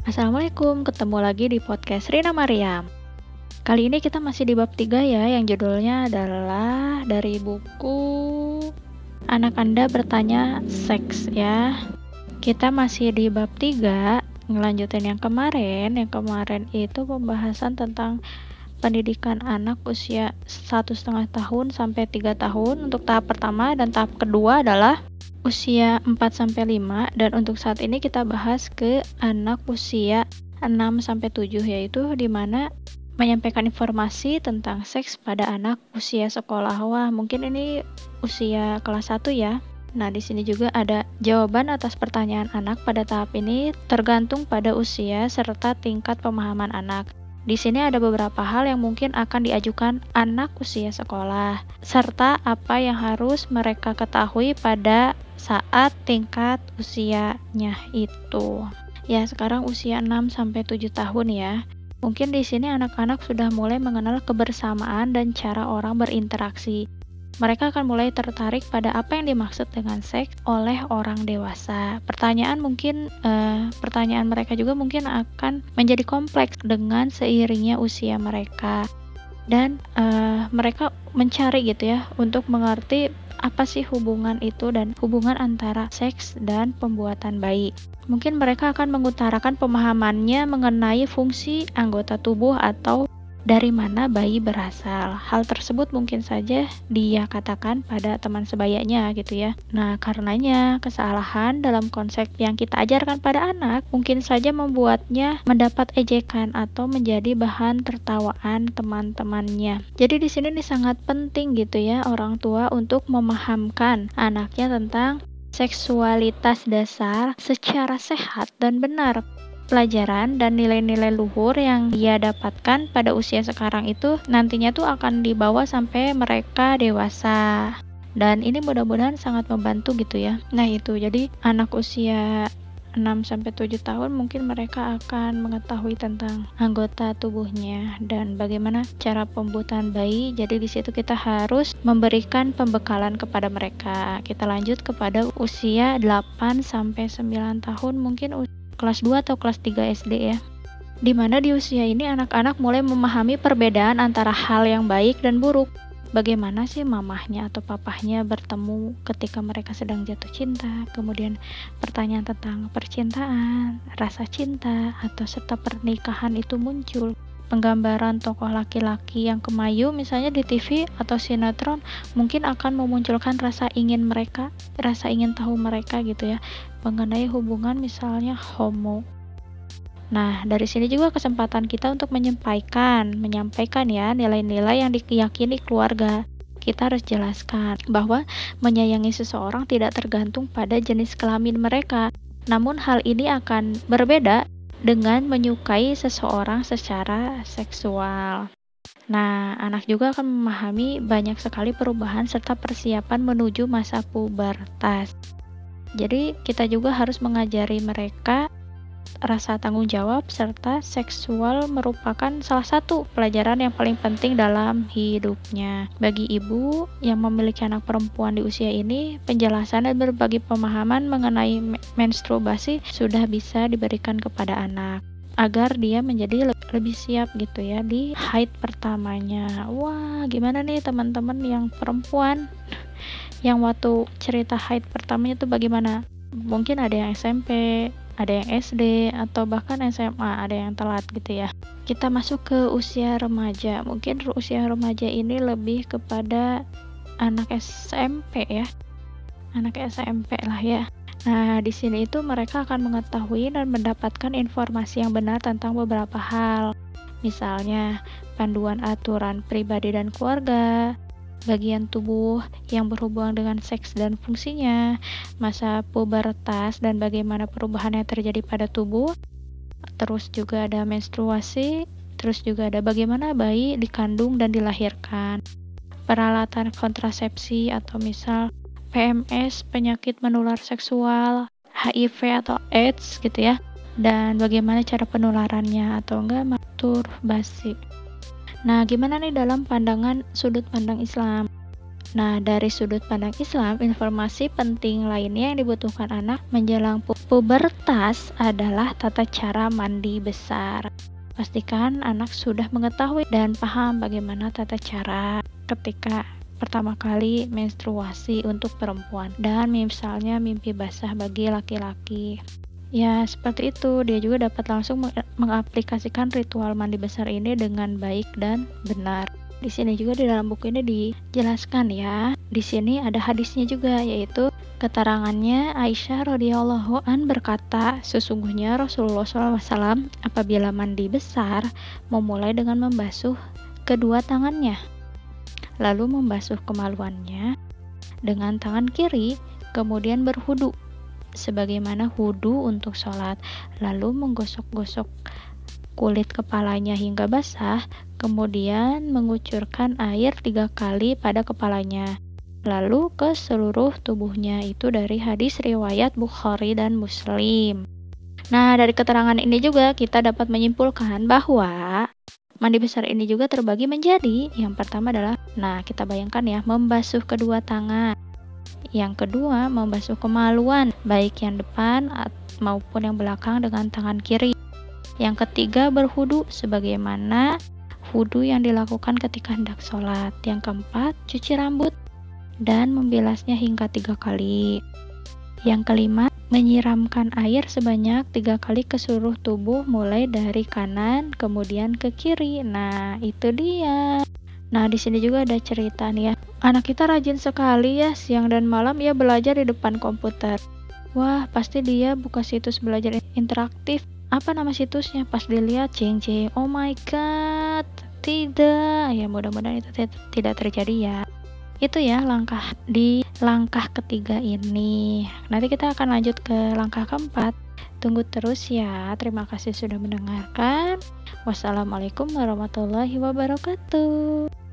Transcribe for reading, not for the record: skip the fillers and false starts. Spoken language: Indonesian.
Assalamualaikum, ketemu lagi di podcast Rina Mariam. Kali ini kita masih di bab 3 ya, yang judulnya adalah dari buku Anak Anda Bertanya Seks ya. Kita masih di bab 3, ngelanjutin yang kemarin. Yang kemarin itu pembahasan tentang pendidikan anak usia 1,5 tahun sampai 3 tahun untuk tahap pertama, dan tahap kedua adalah usia 4-5, dan untuk saat ini kita bahas ke anak usia 6-7, yaitu dimana menyampaikan informasi tentang seks pada anak usia sekolah. Wah, mungkin ini usia kelas 1 ya. Nah, di sini juga ada jawaban atas pertanyaan anak pada tahap ini tergantung pada usia serta tingkat pemahaman anak. Di sini ada beberapa hal yang mungkin akan diajukan anak usia sekolah, serta apa yang harus mereka ketahui pada saat tingkat usianya itu. Ya, sekarang usia 6-7 tahun ya. Mungkin di sini anak-anak sudah mulai mengenal kebersamaan dan cara orang berinteraksi. Mereka akan mulai tertarik pada apa yang dimaksud dengan seks oleh orang dewasa. Pertanyaan mereka juga mungkin akan menjadi kompleks dengan seiringnya usia mereka. Dan mereka mencari gitu ya untuk mengerti apa sih hubungan itu dan hubungan antara seks dan pembuatan bayi. Mungkin mereka akan mengutarakan pemahamannya mengenai fungsi anggota tubuh atau dari mana bayi berasal. Hal tersebut mungkin saja dia katakan pada teman sebayanya gitu ya. Nah, karenanya kesalahan dalam konsep yang kita ajarkan pada anak mungkin saja membuatnya mendapat ejekan atau menjadi bahan tertawaan teman-temannya. Jadi di sini nih sangat penting gitu ya orang tua untuk memahamkan anaknya tentang seksualitas dasar secara sehat dan benar. Pelajaran dan nilai-nilai luhur yang dia dapatkan pada usia sekarang itu nantinya tuh akan dibawa sampai mereka dewasa. Dan ini mudah-mudahan sangat membantu gitu ya. Nah itu, jadi anak usia 6-7 tahun mungkin mereka akan mengetahui tentang anggota tubuhnya dan bagaimana cara pembuatan bayi. Jadi di situ kita harus memberikan pembekalan kepada mereka. Kita lanjut kepada usia 8-9 tahun, mungkin kelas 2 atau kelas 3 SD ya. Dimana di usia ini anak-anak mulai memahami perbedaan antara hal yang baik dan buruk. Bagaimana sih mamahnya atau papahnya bertemu ketika mereka sedang jatuh cinta, kemudian pertanyaan tentang percintaan, rasa cinta, atau serta pernikahan itu muncul. Penggambaran tokoh laki-laki yang kemayu misalnya di TV atau sinetron mungkin akan memunculkan rasa ingin tahu mereka gitu ya, mengenai hubungan misalnya homo. Nah, dari sini juga kesempatan kita untuk menyampaikan ya nilai-nilai yang diyakini keluarga. Kita harus jelaskan bahwa menyayangi seseorang tidak tergantung pada jenis kelamin mereka. Namun hal ini akan berbeda dengan menyukai seseorang secara seksual. Nah, anak juga akan memahami banyak sekali perubahan serta persiapan menuju masa pubertas. Jadi, kita juga harus mengajari mereka rasa tanggung jawab serta seksual merupakan salah satu pelajaran yang paling penting dalam hidupnya. Bagi ibu yang memiliki anak perempuan di usia ini, penjelasan dan berbagi pemahaman mengenai menstruasi sudah bisa diberikan kepada anak agar dia menjadi lebih siap gitu ya di haid pertamanya. Wah, gimana nih teman-teman yang perempuan yang waktu cerita haid pertamanya itu bagaimana? Mungkin ada yang SMP, ada yang SD, atau bahkan SMA, ada yang telat gitu ya. Kita masuk ke usia remaja. Mungkin usia remaja ini lebih kepada anak SMP ya. Anak SMP lah ya. Nah, di sini itu mereka akan mengetahui dan mendapatkan informasi yang benar tentang beberapa hal. Misalnya, panduan aturan pribadi dan keluarga, bagian tubuh yang berhubungan dengan seks dan fungsinya, masa pubertas dan bagaimana perubahan yang terjadi pada tubuh, terus juga ada menstruasi, terus juga ada bagaimana bayi dikandung dan dilahirkan, peralatan kontrasepsi atau misal PMS, penyakit menular seksual, HIV atau AIDS gitu ya, dan bagaimana cara penularannya atau enggak masturbasi. Nah, gimana nih dalam sudut pandang Islam? Nah, dari sudut pandang Islam, informasi penting lainnya yang dibutuhkan anak menjelang pubertas adalah tata cara mandi besar. Pastikan anak sudah mengetahui dan paham bagaimana tata cara ketika pertama kali menstruasi untuk perempuan dan misalnya mimpi basah bagi laki-laki. Ya, seperti itu. Dia juga dapat langsung mengaplikasikan ritual mandi besar ini dengan baik dan benar. Di sini juga di dalam buku ini dijelaskan ya. Di sini ada hadisnya juga, yaitu keterangannya Aisyah radhiyallahu an berkata, sesungguhnya Rasulullah SAW apabila mandi besar memulai dengan membasuh kedua tangannya, lalu membasuh kemaluannya dengan tangan kiri, kemudian berwudu sebagaimana wudu untuk sholat, lalu menggosok-gosok kulit kepalanya hingga basah, kemudian mengucurkan air 3 kali pada kepalanya, lalu ke seluruh tubuhnya. Itu dari hadis riwayat Bukhari dan Muslim. Nah, dari keterangan ini juga kita dapat menyimpulkan bahwa mandi besar ini juga terbagi menjadi, yang pertama adalah, nah kita bayangkan ya, membasuh kedua tangan. Yang kedua, membasuh kemaluan, baik yang depan maupun yang belakang dengan tangan kiri. Yang ketiga, berwudu sebagaimana wudu yang dilakukan ketika hendak sholat. Yang keempat, cuci rambut dan membilasnya hingga 3 kali. Yang kelima, menyiramkan air sebanyak 3 kali ke seluruh tubuh mulai dari kanan kemudian ke kiri. Nah, itu dia. Nah, di sini juga ada cerita nih ya. Anak kita rajin sekali ya, siang dan malam ia belajar di depan komputer. Wah, pasti dia buka situs belajar interaktif. Apa nama situsnya? Pas dilihat, ceng, oh my god, tidak. Ya, mudah-mudahan itu tidak terjadi ya. Itu ya langkah ketiga ini. Nanti kita akan lanjut ke langkah keempat. Tunggu terus ya. Terima kasih sudah mendengarkan. Wassalamualaikum warahmatullahi wabarakatuh.